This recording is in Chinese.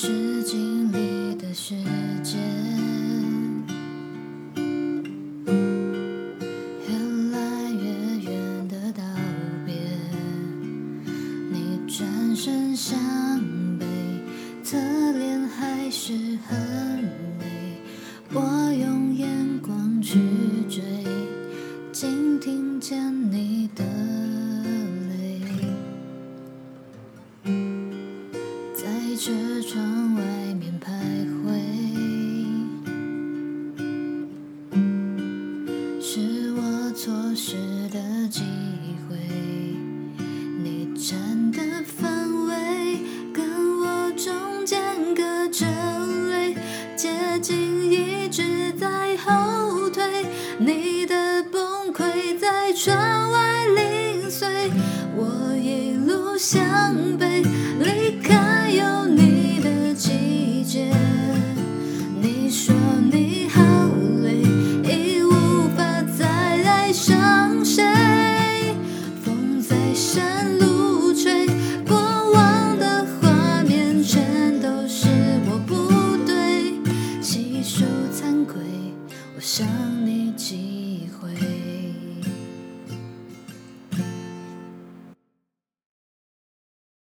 是经历的时间，越来越远的道别，你转身向北，侧脸还是很美，我用眼光去追，竟听见你的泪，在这窗外面徘徊，是我错失的机会，你站的氛围跟我中间隔着泪，接近一直在后退，你的崩溃在窗外零碎，我一路向北，离开有你的季节。你说你好累，已无法再爱上谁，风在山路吹，过往的画面全都是我不对，细数惭愧，我想你